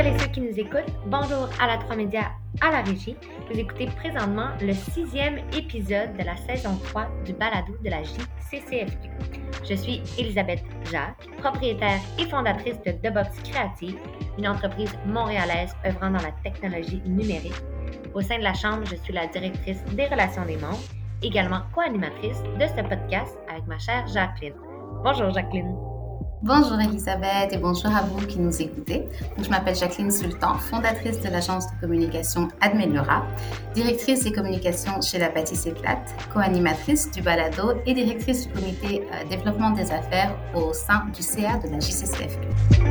et ceux qui nous écoutent, bonjour à la 3 Médias, à la régie. Vous écoutez présentement le 6e épisode de la saison 3 du balado de la JCCFQ. Je suis Elisabeth Jacques, propriétaire et fondatrice de The Box Créative, une entreprise montréalaise œuvrant dans la technologie numérique. Au sein de la Chambre, je suis la directrice des relations des membres, également co-animatrice de ce podcast avec ma chère Jacqueline. Bonjour Jacqueline. Bonjour Elisabeth et bonjour à vous qui nous écoutez. Je m'appelle Jacqueline Sultan, fondatrice de l'agence de communication Admeliora, directrice des communications chez La Bâtisse Éclate, co-animatrice du balado et directrice du comité développement des affaires au sein du CA de la JCCFQ.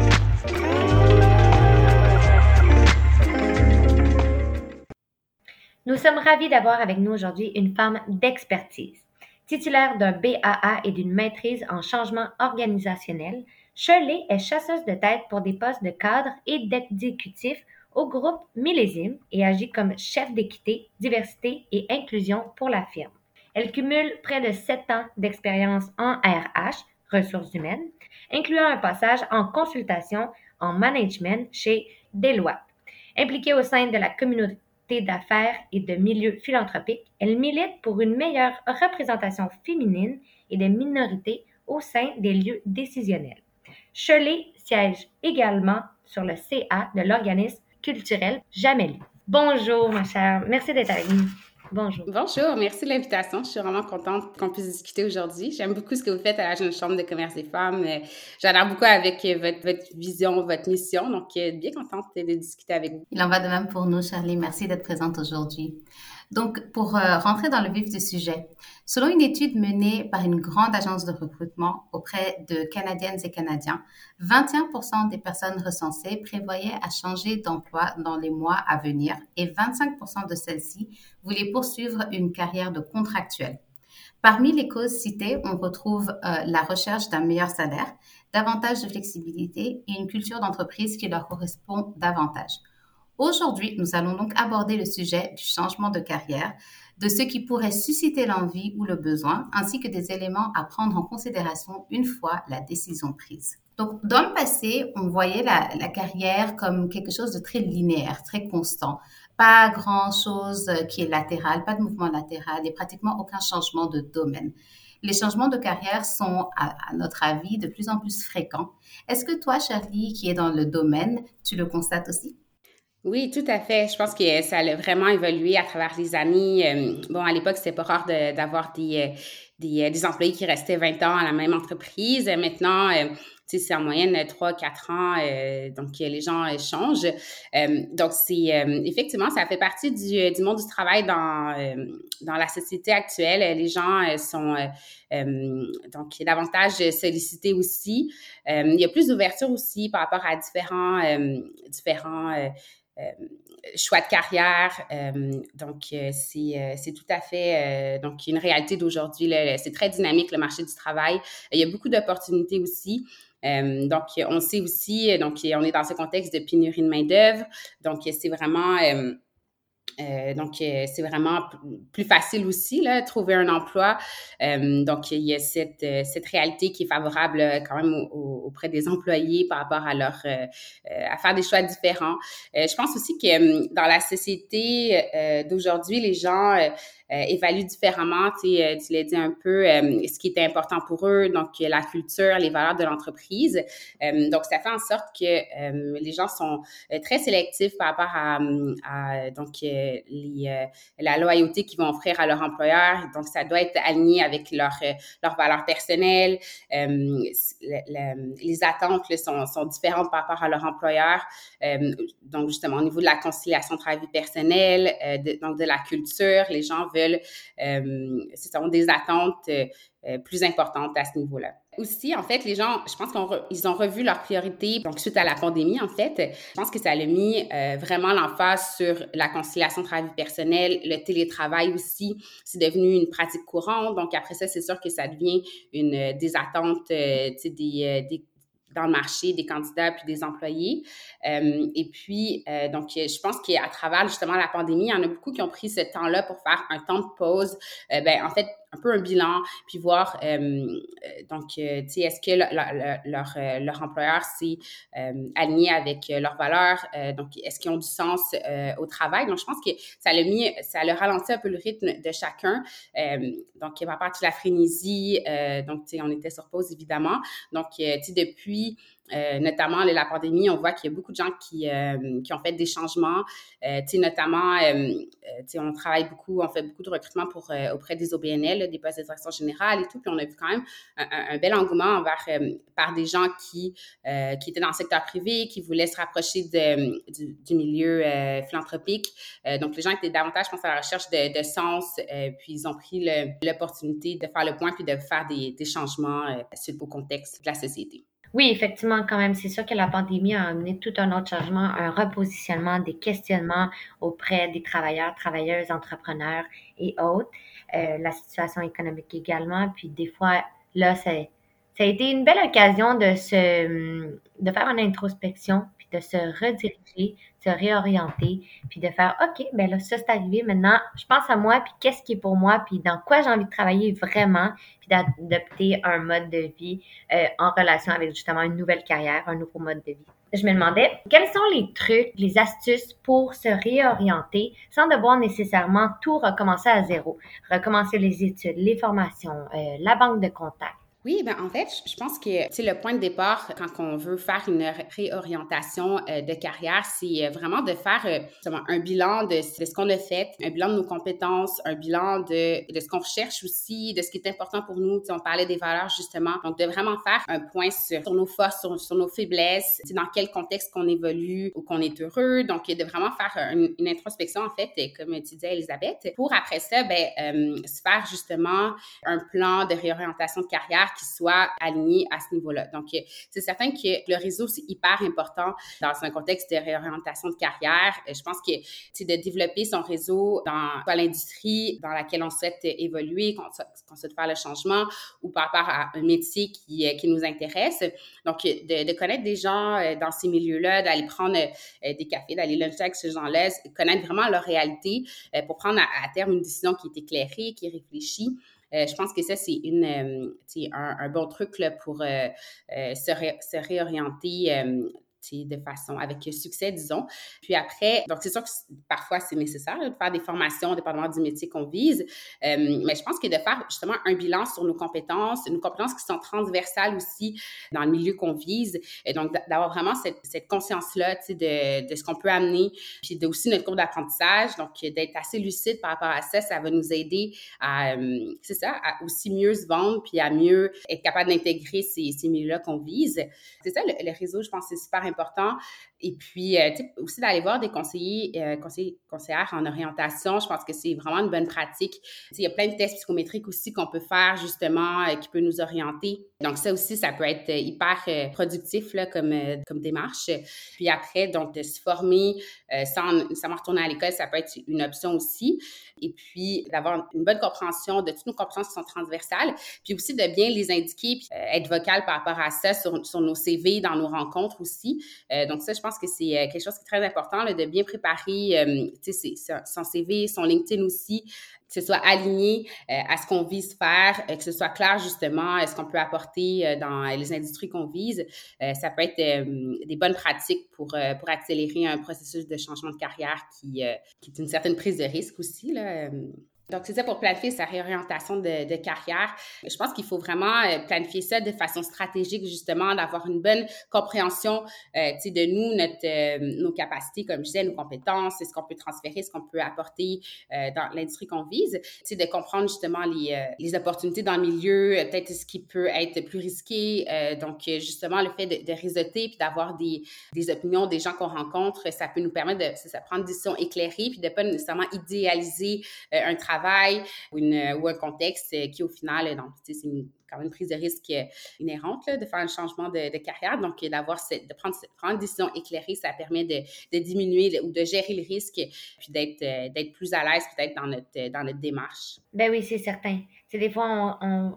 Nous sommes ravis d'avoir avec nous aujourd'hui une femme d'expertise. Titulaire d'un BAA et d'une maîtrise en changement organisationnel, Shirley est chasseuse de tête pour des postes de cadre et d'exécutif au groupe Millésime et agit comme chef d'équité, diversité et inclusion pour la firme. Elle cumule près de 7 ans d'expérience en RH, ressources humaines, incluant un passage en consultation en management chez Deloitte. Impliquée au sein de la communauté d'affaires et de milieux philanthropiques, elle milite pour une meilleure représentation féminine et des minorités au sein des lieux décisionnels. Shirley siège également sur le CA de l'organisme culturel Jamais Lu. Bonjour ma chère, merci d'être avec nous. Bonjour. Bonjour, merci de l'invitation. Je suis vraiment contente qu'on puisse discuter aujourd'hui. J'aime beaucoup ce que vous faites à la Jeune Chambre de commerce des femmes. J'adore beaucoup avec votre vision, votre mission. Donc, bien contente de discuter avec vous. Il en va de même pour nous, Shirley. Merci d'être présente aujourd'hui. Donc, pour rentrer dans le vif du sujet, selon une étude menée par une grande agence de recrutement auprès de Canadiennes et Canadiens, 21% des personnes recensées prévoyaient à changer d'emploi dans les mois à venir et 25% de celles-ci voulaient poursuivre une carrière de contractuel. Parmi les causes citées, on retrouve la recherche d'un meilleur salaire, davantage de flexibilité et une culture d'entreprise qui leur correspond davantage. Aujourd'hui, nous allons donc aborder le sujet du changement de carrière, de ce qui pourrait susciter l'envie ou le besoin, ainsi que des éléments à prendre en considération une fois la décision prise. Donc, dans le passé, on voyait la carrière comme quelque chose de très linéaire, très constant. Pas grand-chose qui est latéral, pas de mouvement latéral et pratiquement aucun changement de domaine. Les changements de carrière sont, à notre avis, de plus en plus fréquents. Est-ce que toi, Shirley, qui est dans le domaine, tu le constates aussi? Oui, tout à fait. Je pense que ça a vraiment évolué à travers les années. Bon, à l'époque, c'était pas rare d'avoir des employés qui restaient 20 ans à la même entreprise. Maintenant, c'est en moyenne 3-4 ans, donc les gens changent. Donc, effectivement, ça fait partie du monde du travail dans la société actuelle. Les gens sont donc davantage sollicités aussi. Il y a plus d'ouverture aussi par rapport à différents choix de carrière. Donc, c'est tout à fait donc une réalité d'aujourd'hui. Là, c'est très dynamique, le marché du travail. Il y a beaucoup d'opportunités aussi. Donc, on sait aussi, donc, on est dans ce contexte de pénurie de main-d'œuvre. Donc, c'est vraiment... c'est vraiment plus facile aussi, là, de trouver un emploi. Donc, il y a cette réalité qui est favorable quand même auprès des employés par rapport à à faire des choix différents. Je pense aussi que dans la société d'aujourd'hui, les gens évaluent différemment, tu l'as dit un peu, ce qui est important pour eux, donc la culture, les valeurs de l'entreprise. Donc, ça fait en sorte que les gens sont très sélectifs par rapport à donc la loyauté qu'ils vont offrir à leur employeur. Donc, ça doit être aligné avec leurs valeurs personnelles. Les attentes là, sont différentes par rapport à leur employeur. Donc, justement, au niveau de la conciliation travail-vie personnelle, donc de la culture, les gens veulent, ce sont des attentes plus importantes à ce niveau-là. Aussi, en fait, les gens, je pense qu'ils ont revu leurs priorités. Donc, suite à la pandémie, en fait, je pense que ça a mis vraiment l'emphase sur la conciliation travail-vie personnelle, le télétravail aussi. C'est devenu une pratique courante. Donc, après ça, c'est sûr que ça devient des attentes, dans le marché des candidats puis des employés. Et puis, donc, je pense qu'à travers justement la pandémie, il y en a beaucoup qui ont pris ce temps-là pour faire un temps de pause. En fait, un peu un bilan, puis voir, donc, tu sais, est-ce que leur employeur s'est aligné avec leurs valeurs, donc, est-ce qu'ils ont du sens au travail? Donc, je pense que ça a ralenti un peu le rythme de chacun. Donc, par rapport à toute la frénésie, donc, tu sais, on était sur pause, évidemment. Donc, tu sais, depuis notamment la pandémie, on voit qu'il y a beaucoup de gens qui ont fait des changements. Tu sais, notamment, tu sais, on fait beaucoup de recrutement auprès des OBNL, là, des postes de direction générale et tout. Puis on a vu quand même un bel engouement par des gens qui étaient dans le secteur privé, qui voulaient se rapprocher du milieu philanthropique. Donc, les gens étaient davantage, je pense, à la recherche de sens. Puis ils ont pris l'opportunité de faire le point puis de faire des changements suite au contexte de la société. Oui, effectivement, quand même, c'est sûr que la pandémie a amené tout un autre changement, un repositionnement, des questionnements auprès des travailleurs, travailleuses, entrepreneurs et autres. La situation économique également. Puis des fois, là, ça a été une belle occasion de faire une introspection, puis de se rediriger, se réorienter, puis de faire, OK, ben là, ça c'est arrivé. Maintenant, je pense à moi, puis qu'est-ce qui est pour moi, puis dans quoi j'ai envie de travailler vraiment, puis d'adopter un mode de vie en relation avec justement une nouvelle carrière, un nouveau mode de vie. Je me demandais, quels sont les trucs, les astuces pour se réorienter sans devoir nécessairement tout recommencer à zéro? Recommencer les études, les formations, la banque de contacts. Oui, ben en fait, je pense que le point de départ quand on veut faire une réorientation de carrière, c'est vraiment de faire un bilan de ce qu'on a fait, un bilan de nos compétences, un bilan de ce qu'on recherche aussi, de ce qui est important pour nous. T'sais, on parlait des valeurs justement, donc de vraiment faire un point sur nos forces, sur nos faiblesses, dans quel contexte qu'on évolue ou qu'on est heureux. Donc de vraiment faire une introspection en fait, comme tu disais Elisabeth, pour après ça, se faire justement un plan de réorientation de carrière qui soit aligné à ce niveau-là. Donc, c'est certain que le réseau, c'est hyper important dans un contexte de réorientation de carrière. Je pense que, de développer son réseau dans l'industrie dans laquelle on souhaite évoluer, qu'on souhaite faire le changement ou par rapport à un métier qui nous intéresse. Donc, de connaître des gens dans ces milieux-là, d'aller prendre des cafés, d'aller luncher avec ces gens-là, connaître vraiment leur réalité pour prendre à terme une décision qui est éclairée, qui est réfléchie. Je pense que ça, c'est un bon truc là, pour se réorienter de façon avec succès, disons. Puis après, donc c'est sûr que parfois c'est nécessaire là, de faire des formations dépendamment du métier qu'on vise, mais je pense que de faire justement un bilan sur nos compétences qui sont transversales aussi dans le milieu qu'on vise, et donc d'avoir vraiment cette conscience-là de ce qu'on peut amener, puis aussi notre cours d'apprentissage, donc d'être assez lucide par rapport à ça, ça va nous aider à, à aussi mieux se vendre, puis à mieux être capable d'intégrer ces milieux-là qu'on vise. C'est ça, le réseau, je pense que c'est super important. Et puis, aussi d'aller voir des conseillères en orientation, je pense que c'est vraiment une bonne pratique. Il y a plein de tests psychométriques aussi qu'on peut faire, justement, qui peut nous orienter. Donc, ça aussi, ça peut être hyper productif là, comme démarche. Puis après, donc, de se former sans retourner à l'école, ça peut être une option aussi. Et puis, d'avoir une bonne compréhension de toutes nos compétences qui sont transversales, puis aussi de bien les indiquer, puis être vocal par rapport à ça sur nos CV, dans nos rencontres aussi. Donc ça, je pense que c'est quelque chose qui est très important, là, de bien préparer son CV, son LinkedIn aussi, que ce soit aligné à ce qu'on vise faire, que ce soit clair justement, ce qu'on peut apporter dans les industries qu'on vise. Ça peut être des bonnes pratiques pour accélérer un processus de changement de carrière qui est une certaine prise de risque aussi, là. Donc, c'est ça pour planifier sa réorientation de carrière. Je pense qu'il faut vraiment planifier ça de façon stratégique, justement, d'avoir une bonne compréhension de nous, nos capacités, comme je disais, nos compétences, ce qu'on peut transférer, ce qu'on peut apporter dans l'industrie qu'on vise. De comprendre justement les opportunités dans le milieu, peut-être ce qui peut être plus risqué. Donc, justement, le fait de réseauter puis d'avoir des opinions des gens qu'on rencontre, ça peut nous permettre de prendre des décisions éclairées puis de ne pas nécessairement idéaliser un travail ou un contexte qui, au final, donc, c'est quand même une prise de risque inhérente là, de faire un changement de carrière. Donc, de prendre une décision éclairée, ça permet de diminuer ou de gérer le risque puis d'être plus à l'aise peut-être dans notre démarche. Ben oui, c'est certain. Des fois,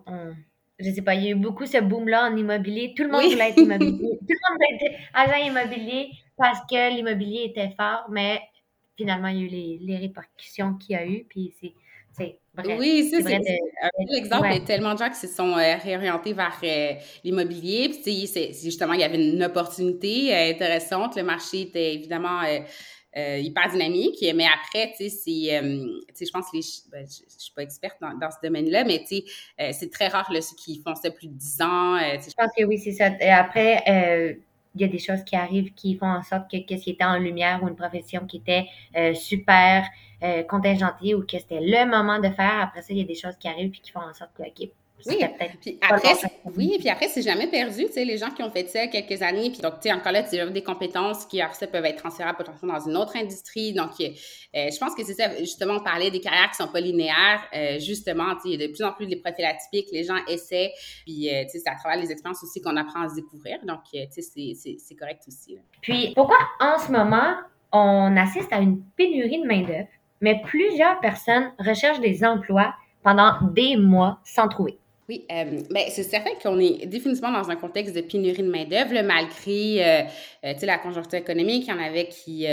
je sais pas, il y a eu beaucoup ce boom-là en immobilier. Tout le monde voulait être immobilier. Tout le monde voulait être agent immobilier parce que l'immobilier était fort, mais finalement, il y a eu les répercussions qu'il y a eu. Puis C'est vrai. Oui, ça, C'est vrai un bel exemple. Il y ouais. a tellement de gens qui se sont réorientés vers l'immobilier. Puis, tu sais, justement, il y avait une opportunité intéressante. Le marché était évidemment hyper dynamique. Mais après, tu sais, tu sais, je pense que je suis pas experte dans ce domaine-là, mais tu sais, c'est très rare là, ceux qui font ça plus de 10 ans. Tu sais, Je pense que oui, c'est ça. Et après, il y a des choses qui arrivent qui font en sorte que qu'est-ce qui était en lumière ou une profession qui était super contingentée ou que c'était le moment de faire, après ça, il y a des choses qui arrivent puis qui font en sorte que, OK, c'était oui, peut-être puis pas le après, bon timing. oui, puis après, c'est jamais perdu, tu sais, les gens qui ont fait ça quelques années, puis donc, tu sais, encore là, tu développes des compétences qui, après ça, peuvent être transférables potentiellement dans une autre industrie, donc, je pense que c'est ça, justement, on parlait des carrières qui sont pas linéaires, justement, tu sais, il y a de plus en plus des profils atypiques, les gens essaient, puis, tu sais, c'est à travers les expériences aussi qu'on apprend à se découvrir, donc, tu sais, c'est correct aussi, là. Puis, pourquoi en ce moment, on assiste à une pénurie de main-d'œuvre, mais plusieurs personnes recherchent des emplois pendant des mois sans trouver? Oui, ben c'est certain qu'on est définitivement dans un contexte de pénurie de main-d'œuvre, là, malgré tu sais, la conjoncture économique. Il y en avait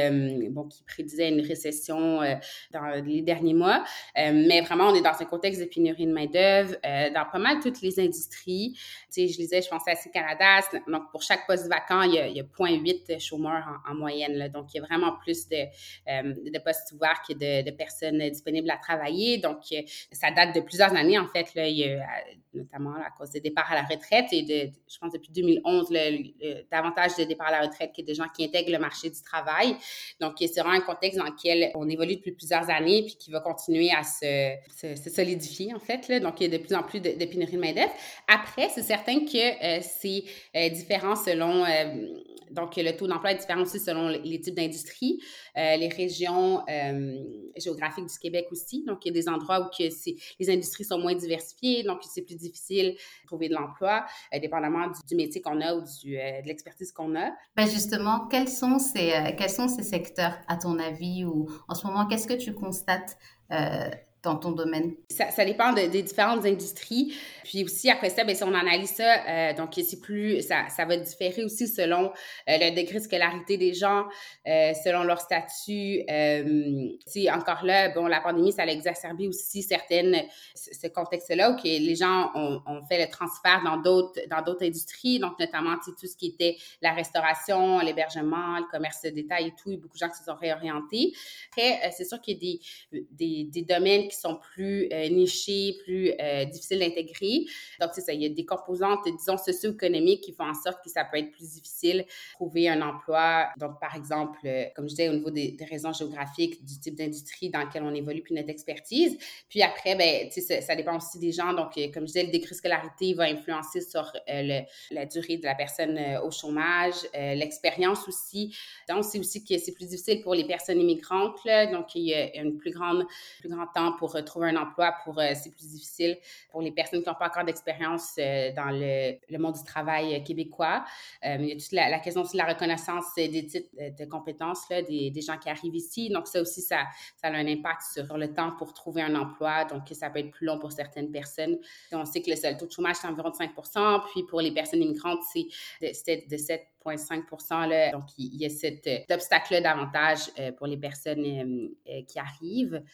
qui prédisaient une récession dans les derniers mois. Mais vraiment, on est dans un contexte de pénurie de main-d'œuvre dans pas mal toutes les industries. Tu sais, je lisais, je pensais à Canada, donc pour chaque poste vacant, il y a 0,8 chômeurs en moyenne, là. Donc, il y a vraiment plus de postes ouverts que de personnes disponibles à travailler. Donc, ça date de plusieurs années, en fait, là. Il y a notamment à cause des départs à la retraite et je pense depuis 2011, davantage de départs à la retraite que de gens qui intègrent le marché du travail. Donc, c'est vraiment un contexte dans lequel on évolue depuis plusieurs années puis qui va continuer à se solidifier, en fait, là. Donc, il y a de plus en plus de pénurie de main-d'œuvre. Après, c'est certain que c'est différent selon... donc, le taux d'emploi est différent aussi selon les types d'industries, les régions géographiques du Québec aussi. Donc, il y a des endroits où les industries sont moins diversifiées, donc c'est plus difficile de trouver de l'emploi, dépendamment du métier qu'on a ou de l'expertise qu'on a. Ben justement, quels sont ces secteurs, à ton avis, ou en ce moment, qu'est-ce que tu constates dans ton domaine? Ça dépend des différentes industries. Puis aussi, après ça, bien, si on analyse ça, donc ça va différer aussi selon le degré de scolarité des gens, selon leur statut. Tu sais, encore là, bon, la pandémie, ça a exacerbé aussi ce contexte-là où que les gens ont fait le transfert dans d'autres industries, donc notamment, tu sais, tout ce qui était la restauration, l'hébergement, le commerce de détail et tout, il y a beaucoup de gens qui se sont réorientés. Après, c'est sûr qu'il y a des domaines qui sont plus nichés, plus difficiles d'intégrer. Donc, tu sais, ça, il y a des composantes, disons, socio-économiques qui font en sorte que ça peut être plus difficile de trouver un emploi. Donc, par exemple, comme je disais, au niveau des raisons géographiques, du type d'industrie dans lequel on évolue, puis notre expertise. Puis après, ben, tu sais, ça dépend aussi des gens. Donc, comme je disais, le degré de scolarité va influencer sur la durée de la personne au chômage, l'expérience aussi. Donc, on sait aussi que c'est plus difficile pour les personnes immigrantes, là. Donc, il y a une plus grand temps pour trouver un emploi, c'est plus difficile pour les personnes qui n'ont pas encore d'expérience dans le monde du travail québécois. Il y a toute la question aussi de la reconnaissance des titres de compétences là, des gens qui arrivent ici. Donc, ça aussi, ça a un impact sur le temps pour trouver un emploi. Donc, ça peut être plus long pour certaines personnes. On sait que le taux de chômage, c'est environ de 5 puis pour les personnes immigrantes, c'est de 7,5 là. Donc, il y a cet obstacle-là davantage pour les personnes qui arrivent.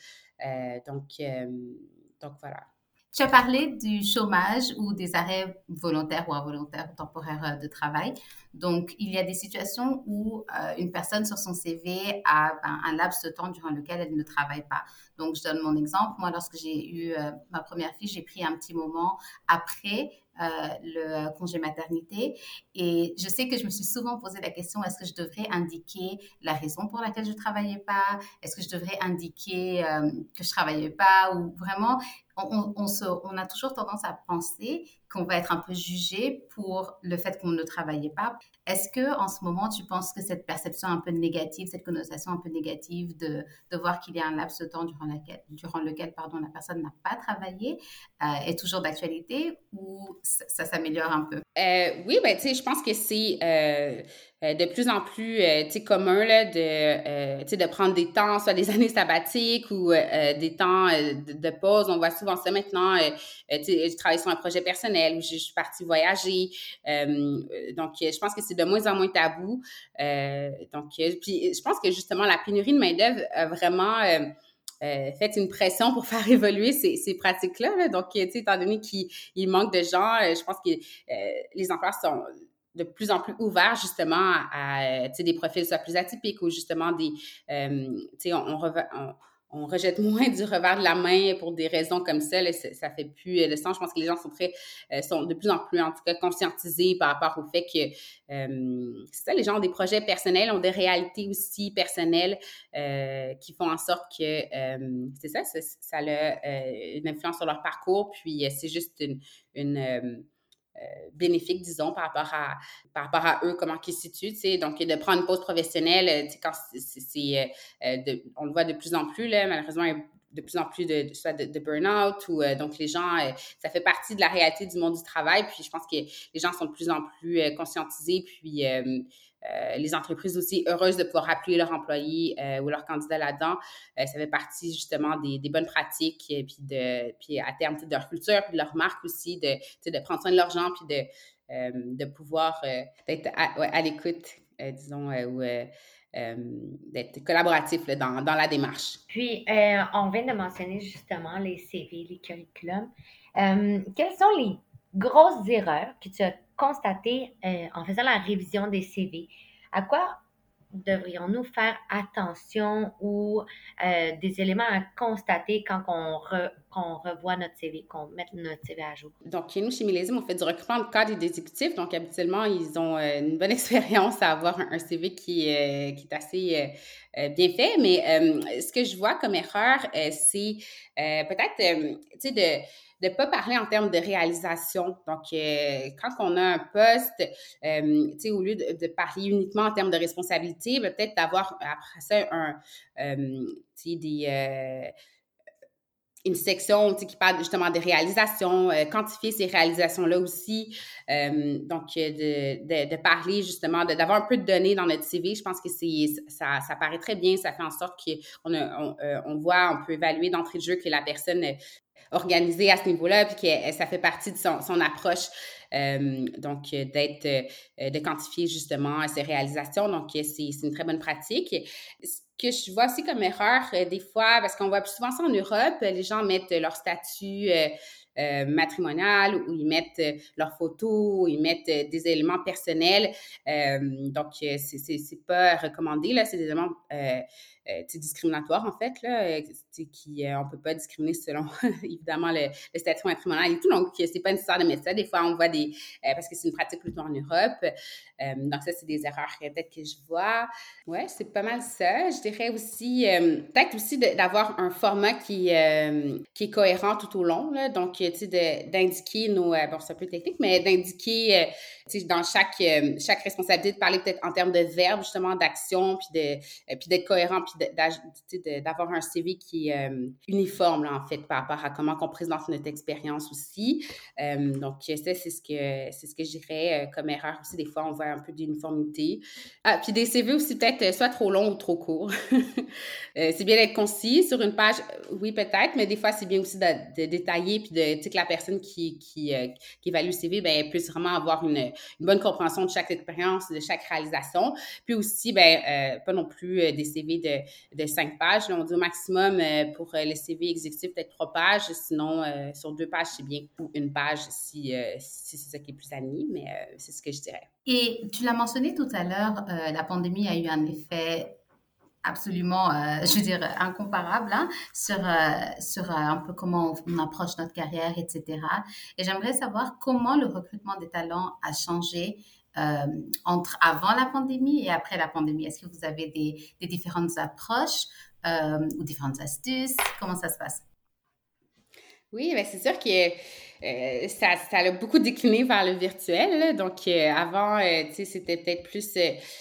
Donc voilà. Tu as parlé du chômage ou des arrêts volontaires ou involontaires ou temporaires de travail. Donc, il y a des situations où une personne sur son CV a un laps de temps durant lequel elle ne travaille pas. Donc, je donne mon exemple. Moi, lorsque j'ai eu ma première fille, j'ai pris un petit moment après le congé maternité. Et je sais que je me suis souvent posé la question, est-ce que je devrais indiquer la raison pour laquelle je ne travaillais pas? Est-ce que je devrais indiquer que je ne travaillais pas? Ou vraiment, on a toujours tendance à penser qu'on va être un peu jugé pour le fait qu'on ne travaillait pas. Est-ce que en ce moment, tu penses que cette perception un peu négative, cette connotation un peu négative de voir qu'il y a un laps de temps durant lequel la personne n'a pas travaillé est toujours d'actualité ou ça s'améliore un peu? Oui, ben tu sais, je pense que c'est de plus en plus tu sais, commun là, tu sais, de prendre des temps, soit des années sabbatiques ou des temps de pause. On voit souvent ça maintenant. Tu sais, je travaille sur un projet personnel ou je suis partie voyager. Donc, je pense que c'est de moins en moins tabou. Donc, puis je pense que justement, la pénurie de main-d'œuvre a vraiment fait une pression pour faire évoluer ces pratiques-là. Là. Donc, tu sais, étant donné qu'il manque de gens, je pense que les employeurs sont de plus en plus ouverts justement à tu sais, des profils soit plus atypiques ou justement des, tu sais, on rejette moins du revers de la main pour des raisons comme ça. Là, ça fait plus de sens. Je pense que les gens sont de plus en plus, en tout cas, conscientisés par rapport au fait que, c'est ça, les gens ont des projets personnels, ont des réalités aussi personnelles qui font en sorte que, c'est ça, ça a une influence sur leur parcours. Puis, c'est juste une bénéfique, disons, par rapport à eux, comment ils se situent, tu sais. Donc, de prendre une pause professionnelle, tu sais, quand on le voit de plus en plus, là, malheureusement, il y a de plus en plus soit de burn-out ou donc les gens, ça fait partie de la réalité du monde du travail. Puis, je pense que les gens sont de plus en plus conscientisés. Puis, les entreprises aussi heureuses de pouvoir appuyer leurs employés ou leurs candidats là-dedans. Ça fait partie justement des bonnes pratiques, puis à terme de leur culture, puis de leur marque aussi, de prendre soin de leurs gens, puis de pouvoir d'être à l'écoute, disons, ou d'être collaboratif là, dans la démarche. Puis, on vient de mentionner justement les CV, les curriculums. Quelles sont les grosses erreurs que tu as constatées en faisant la révision des CV? À quoi devrions-nous faire attention ou des éléments à constater quand qu'on revoit notre CV, qu'on mette notre CV à jour? Donc, nous, chez Millésime, on fait du recrutement de cadres et d'exécutifs. Donc, habituellement, ils ont une bonne expérience à avoir un CV qui est assez bien fait. Mais ce que je vois comme erreur, c'est peut-être, tu sais, de ne pas parler en termes de réalisation. Donc, quand on a un poste, tu sais, au lieu de parler uniquement en termes de responsabilité, ben, peut-être d'avoir après ça tu sais, une section qui parle justement des réalisations, quantifier ces réalisations-là aussi. Donc, de parler justement, d'avoir un peu de données dans notre CV, je pense que ça paraît très bien. Ça fait en sorte on voit, on peut évaluer d'entrée de jeu que la personne organisée à ce niveau-là, puis que ça fait partie de son approche. Donc, de quantifier justement ses réalisations. Donc, c'est une très bonne pratique. Ce que je vois aussi comme erreur, des fois, parce qu'on voit plus souvent ça en Europe, les gens mettent leur statut matrimonial ou ils mettent leurs photos, ou ils mettent des éléments personnels. Donc, c'est pas recommandé, là. C'est des éléments discriminatoires, en fait, là, on peut pas discriminer selon, évidemment, le statut matrimonial et tout. Donc, c'est pas nécessaire de mettre ça. Des fois, on voit parce que c'est une pratique plutôt en Europe. Donc, ça, c'est des erreurs peut-être que je vois. Ouais, c'est pas mal ça. Je dirais aussi, peut-être aussi d'avoir un format qui est cohérent tout au long, là. Donc, tu sais, d'indiquer bon, c'est un peu technique, mais d'indiquer, tu sais, dans chaque responsabilité, de parler peut-être en termes de verbes, justement, d'action, puis d'être cohérent, puis d'avoir un CV qui est uniforme, là, en fait, par rapport à comment on présente notre expérience aussi. Donc, ça, c'est ce que je dirais comme erreur aussi. Des fois, on voit un peu d'uniformité. Ah, puis des CV aussi, peut-être soit trop longs ou trop courts. C'est bien d'être concis sur une page, oui, peut-être, mais des fois, c'est bien aussi de détailler, puis tu sais, que la personne qui évalue le CV, ben, puisse vraiment avoir une bonne compréhension de chaque expérience, de chaque réalisation. Puis aussi, ben, pas non plus des CV de 5 pages. Là, on dit au maximum pour les CV exécutifs, peut-être 3 pages. Sinon, sur 2 pages, c'est bien. Ou une page si c'est ça qui est plus admis, mais c'est ce que je dirais. Et tu l'as mentionné tout à l'heure, la pandémie a eu un effet absolument, je veux dire, incomparable hein, sur un peu comment on approche notre carrière, etc. Et j'aimerais savoir comment le recrutement des talents a changé entre avant la pandémie et après la pandémie. Est-ce que vous avez des différentes approches ou différentes astuces? Comment ça se passe? Oui, bien, c'est sûr que ça a beaucoup décliné vers le virtuel, là. Donc, avant, tu sais, c'était peut-être plus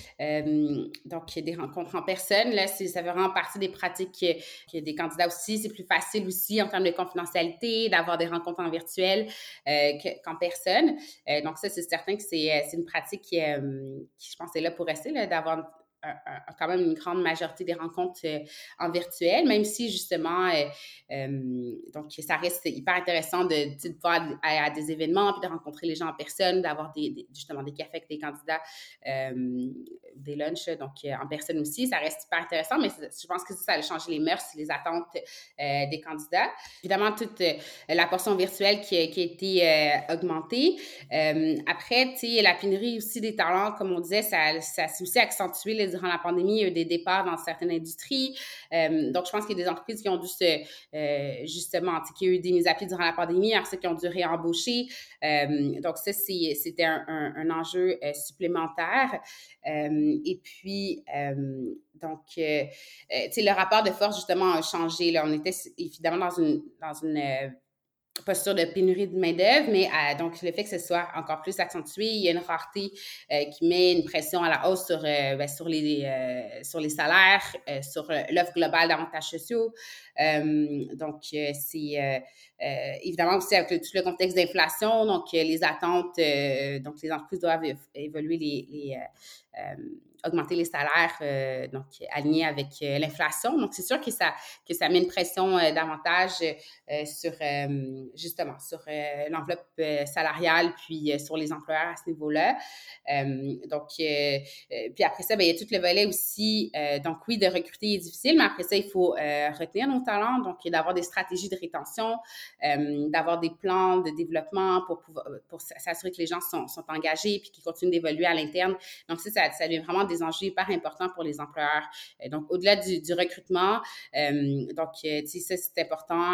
donc des rencontres en personne. Là, ça fait vraiment partie des pratiques que des candidats aussi. C'est plus facile aussi en termes de confidentialité d'avoir des rencontres en virtuel qu'en personne. Donc, ça, c'est certain que c'est une pratique qui, je pense, est là pour rester, là, d'avoir quand même une grande majorité des rencontres en virtuel, même si justement, donc ça reste hyper intéressant de pouvoir aller à des événements, puis de rencontrer les gens en personne, d'avoir justement des cafés avec des candidats des lunchs, donc en personne aussi. Ça reste super intéressant, mais je pense que ça a changé les mœurs, les attentes des candidats. Évidemment, toute la portion virtuelle qui a été augmentée. Après, tu sais, la pénurie aussi des talents, comme on disait, ça s'est aussi accentué durant la pandémie. Il y a eu des départs dans certaines industries. Donc, je pense qu'il y a des entreprises qui ont dû justement, tu sais, qu'il y a eu des mises à pied durant la pandémie, alors ceux qui ont dû réembaucher. Donc, ça, c'était un enjeu supplémentaire. Et puis, donc, tu sais, le rapport de force, justement, a changé. Là, on était évidemment dans une posture de pénurie de main-d'œuvre, mais donc le fait que ce soit encore plus accentué, il y a une rareté qui met une pression à la hausse sur sur les salaires, sur l'offre globale d'avantages sociaux. Donc, c'est évidemment aussi avec tout le contexte d'inflation, donc les attentes, donc les entreprises doivent évoluer augmenter les salaires, donc alignés avec l'inflation. Donc, c'est sûr que ça met une pression davantage sur justement sur l'enveloppe salariale, puis sur les employeurs à ce niveau-là. Donc, puis après ça, bien, il y a tout le volet aussi. Donc, oui, de recruter est difficile, mais après ça, il faut retenir nos talents, donc d'avoir des stratégies de rétention, d'avoir des plans de développement pour s'assurer que les gens sont engagés puis qu'ils continuent d'évoluer à l'interne. Donc, ça devient vraiment des enjeux hyper importants pour les employeurs. Donc, au-delà du recrutement, donc, tu sais, ça, c'est important,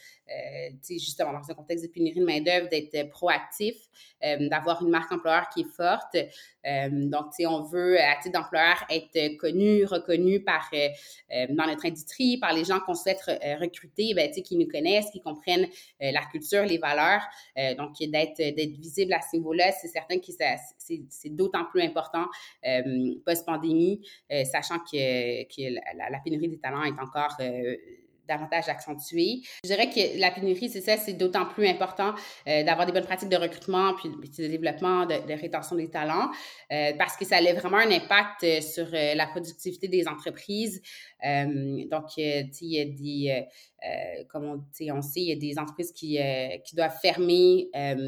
tu sais, justement, dans un contexte de pénurie de main-d'œuvre, d'être proactif, d'avoir une marque employeur qui est forte. Donc, tu sais, on veut, à titre d'employeur, être connu, reconnu dans notre industrie, par les gens qu'on souhaite recruter, ben, tu sais, qui nous connaissent, qui comprennent la culture, les valeurs. Donc, d'être visible à ce niveau-là, c'est certain que c'est d'autant plus important post-pandémie, sachant que la pénurie des talents est encore davantage accentuée. Je dirais que la pénurie, c'est ça, c'est d'autant plus important d'avoir des bonnes pratiques de recrutement puis de développement, de rétention des talents, parce que ça a vraiment un impact sur la productivité des entreprises. Donc, tu sais, il y a des... comme on sait, il y a des entreprises qui doivent fermer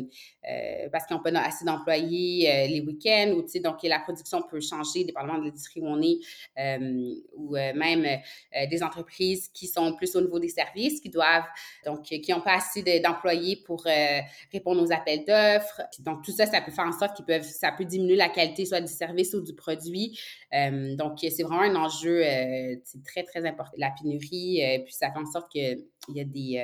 parce qu'ils n'ont pas assez d'employés les week-ends, ou tu sais, donc la production peut changer dépendamment de l'industrie où on est, ou même des entreprises qui sont plus au niveau des services, qui n'ont pas assez d'employés pour répondre aux appels d'offres. Donc, tout ça, ça peut faire en sorte ça peut diminuer la qualité soit du service ou du produit. Donc, c'est vraiment un enjeu très, très important. La pénurie, puis ça fait en sorte qu'il y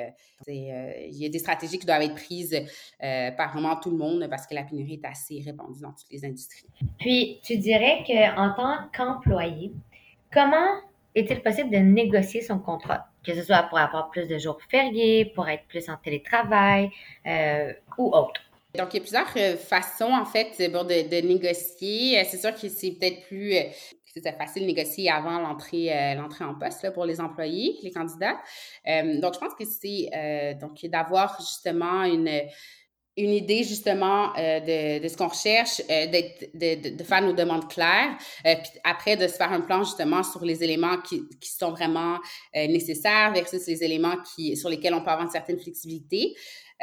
a des stratégies qui doivent être prises par vraiment tout le monde parce que la pénurie est assez répandue dans toutes les industries. Puis, tu dirais qu'en tant qu'employé, comment est-il possible de négocier son contrat? Que ce soit pour avoir plus de jours fériés, pour être plus en télétravail ou autre. Donc, il y a plusieurs façons, en fait, de négocier. C'est sûr que c'est peut-être plus... c'était facile de négocier avant l'entrée en poste là, pour les employés, les candidats. Donc, je pense que c'est donc d'avoir justement une idée justement de ce qu'on recherche, de faire nos demandes claires, puis après de se faire un plan justement sur les éléments qui sont vraiment nécessaires versus les éléments sur lesquels on peut avoir une certaine flexibilité.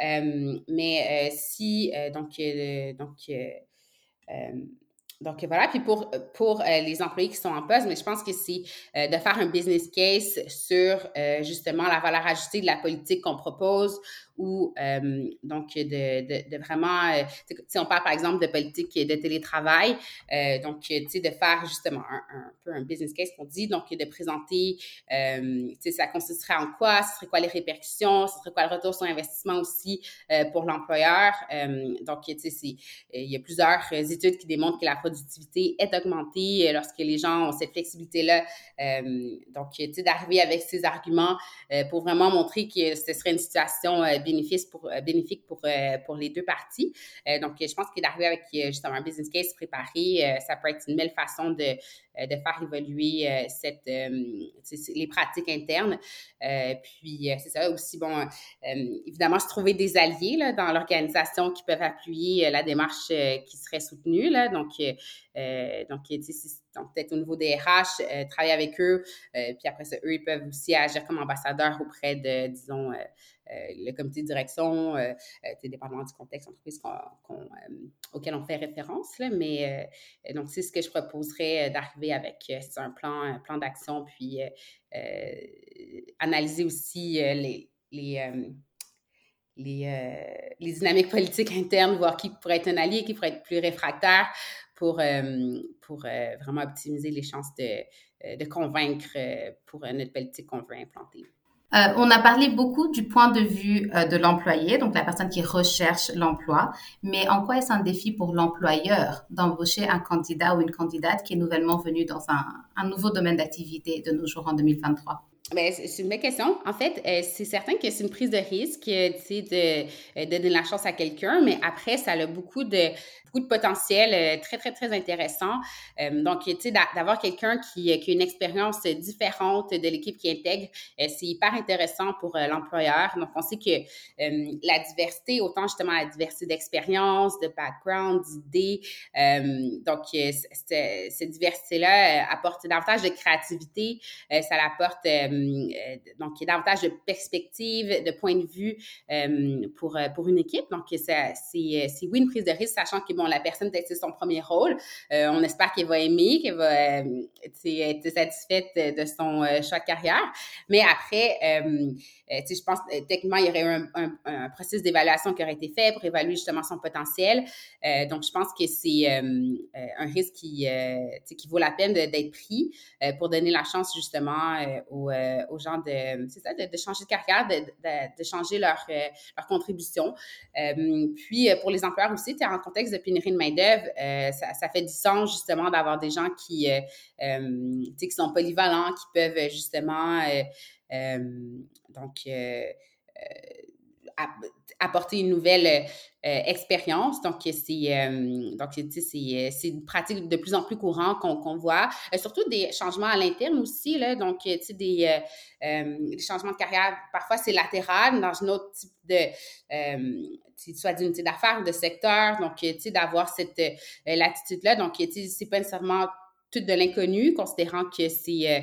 Mais si donc voilà, puis pour les employés qui sont en poste, mais je pense que c'est de faire un business case sur justement la valeur ajoutée de la politique qu'on propose, ou donc de vraiment, si on parle par exemple de politique de télétravail, donc tu sais, de faire justement un peu un business case qu'on dit, donc de présenter, tu sais, ça consisterait en quoi, ce serait quoi les répercussions, ce serait quoi le retour sur investissement aussi pour l'employeur. Donc tu sais, il y a plusieurs études qui démontrent que la productivité est augmentée lorsque les gens ont cette flexibilité-là. Donc, tu sais, d'arriver avec ces arguments pour vraiment montrer que ce serait une situation bénéfique pour les deux parties. Donc, je pense que d'arriver avec justement un business case préparé, ça peut être une belle façon de faire évoluer les pratiques internes. Puis, c'est ça aussi, bon, évidemment, se trouver des alliés là, dans l'organisation qui peuvent appuyer la démarche qui serait soutenue. Là. Donc, peut-être au niveau des RH, travailler avec eux. Puis après ça, eux, ils peuvent aussi agir comme ambassadeurs auprès de, disons, le comité de direction, dépendamment du contexte d'entreprise auquel on fait référence. Là, mais donc, c'est ce que je proposerais d'arriver avec un plan d'action, puis analyser aussi les dynamiques politiques internes, voir qui pourrait être un allié, qui pourrait être plus réfractaire pour vraiment optimiser les chances de convaincre pour notre politique qu'on veut implanter. On a parlé beaucoup du point de vue de l'employé, donc la personne qui recherche l'emploi, mais en quoi est-ce un défi pour l'employeur d'embaucher un candidat ou une candidate qui est nouvellement venu dans un nouveau domaine d'activité de nos jours en 2023? Bien, c'est une belle question. En fait, c'est certain que c'est une prise de risque, de donner la chance à quelqu'un, mais après, ça a beaucoup de potentiel très, très, très intéressant. Donc, tu sais, d'avoir quelqu'un qui a une expérience différente de l'équipe qui intègre, c'est hyper intéressant pour l'employeur. Donc, on sait que la diversité, autant justement la diversité d'expérience, de background, d'idées, donc, cette diversité-là apporte davantage de créativité, ça l'apporte donc davantage de perspectives, de points de vue pour une équipe. Donc, c'est oui une prise de risque, sachant que la personne, peut-être c'est son premier rôle. On espère qu'elle va aimer, qu'elle va être satisfaite de son choix de carrière. Mais après, je pense techniquement, il y aurait eu un processus d'évaluation qui aurait été fait pour évaluer justement son potentiel. Donc, je pense que c'est un risque qui vaut la peine d'être pris pour donner la chance justement aux gens de changer de carrière, de changer leur contribution. Puis, pour les employeurs aussi, en contexte de pénurie de main-d'œuvre, ça fait du sens justement d'avoir des gens qui sont polyvalents, qui peuvent justement apporter une nouvelle expérience. Donc, c'est une pratique de plus en plus courante qu'on voit. Surtout des changements à l'interne aussi, là. Donc, des changements de carrière, parfois c'est latéral dans un autre type de soit d'unité d'affaires ou de secteur. Donc, d'avoir cette latitude-là. Donc, c'est pas nécessairement tout de l'inconnu, considérant que c'est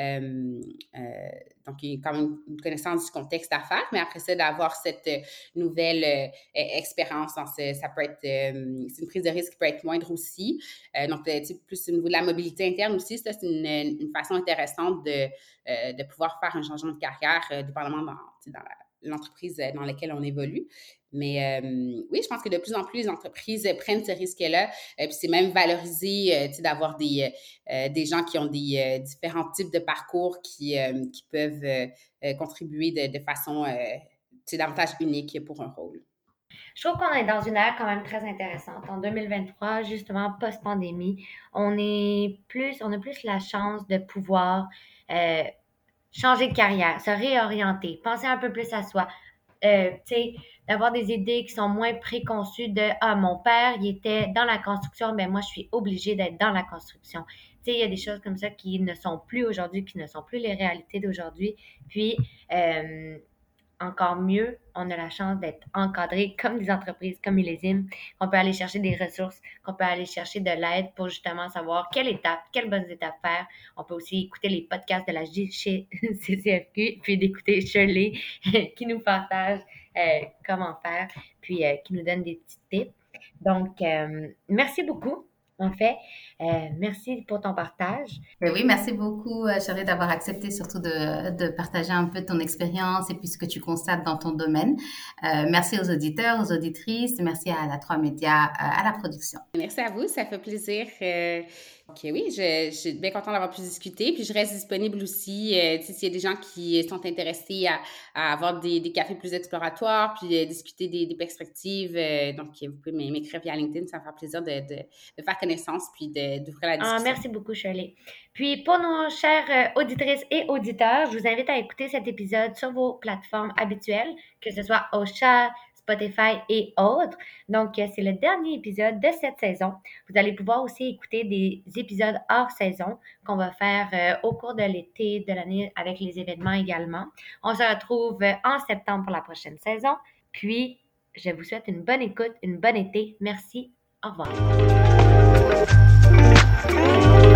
donc il y a quand même une connaissance du contexte d'affaires, mais après ça, d'avoir cette nouvelle expérience, ça peut être c'est une prise de risque qui peut être moindre aussi. Donc, plus au niveau de la mobilité interne aussi, ça, c'est une façon intéressante de pouvoir faire un changement de carrière, dépendamment dans l'entreprise dans laquelle on évolue. Mais oui, je pense que de plus en plus, les entreprises prennent ce risque-là. Puis c'est même valorisé d'avoir des gens qui ont des différents types de parcours qui peuvent contribuer de façon davantage unique pour un rôle. Je trouve qu'on est dans une ère quand même très intéressante. En 2023, justement, post-pandémie, on a plus la chance de pouvoir changer de carrière, se réorienter, penser un peu plus à soi. D'avoir des idées qui sont moins préconçues de « Ah, mon père, il était dans la construction, mais moi, je suis obligée d'être dans la construction. » Il y a des choses comme ça qui ne sont plus aujourd'hui, qui ne sont plus les réalités d'aujourd'hui. Puis, encore mieux, on a la chance d'être encadré comme des entreprises, comme Millésime, qu'on peut aller chercher des ressources, qu'on peut aller chercher de l'aide pour justement savoir quelles bonnes étapes faire. On peut aussi écouter les podcasts de la JCCFQ, puis d'écouter Shirley qui nous partage comment faire, puis qui nous donne des petits tips. Donc, merci beaucoup. En fait, merci pour ton partage. Oui, merci beaucoup, Shirley, d'avoir accepté surtout de partager un peu ton expérience et puis ce que tu constates dans ton domaine. Merci aux auditeurs, aux auditrices. Merci à la 3 Médias, à la production. Merci à vous, ça fait plaisir. OK, oui, je suis bien contente d'avoir pu discuter. Puis je reste disponible aussi, s'il y a des gens qui sont intéressés à avoir des cafés plus exploratoires, puis discuter des perspectives. Donc, vous pouvez m'écrire via LinkedIn, ça me fait plaisir de faire connaissance, puis d'ouvrir la discussion. Merci beaucoup, Shirley. Puis, pour nos chères auditrices et auditeurs, je vous invite à écouter cet épisode sur vos plateformes habituelles, que ce soit Ocha, Spotify et autres. Donc, c'est le dernier épisode de cette saison. Vous allez pouvoir aussi écouter des épisodes hors saison qu'on va faire au cours de l'été, de l'année, avec les événements également. On se retrouve en septembre pour la prochaine saison. Puis, je vous souhaite une bonne écoute, une bonne été. Merci. Au revoir.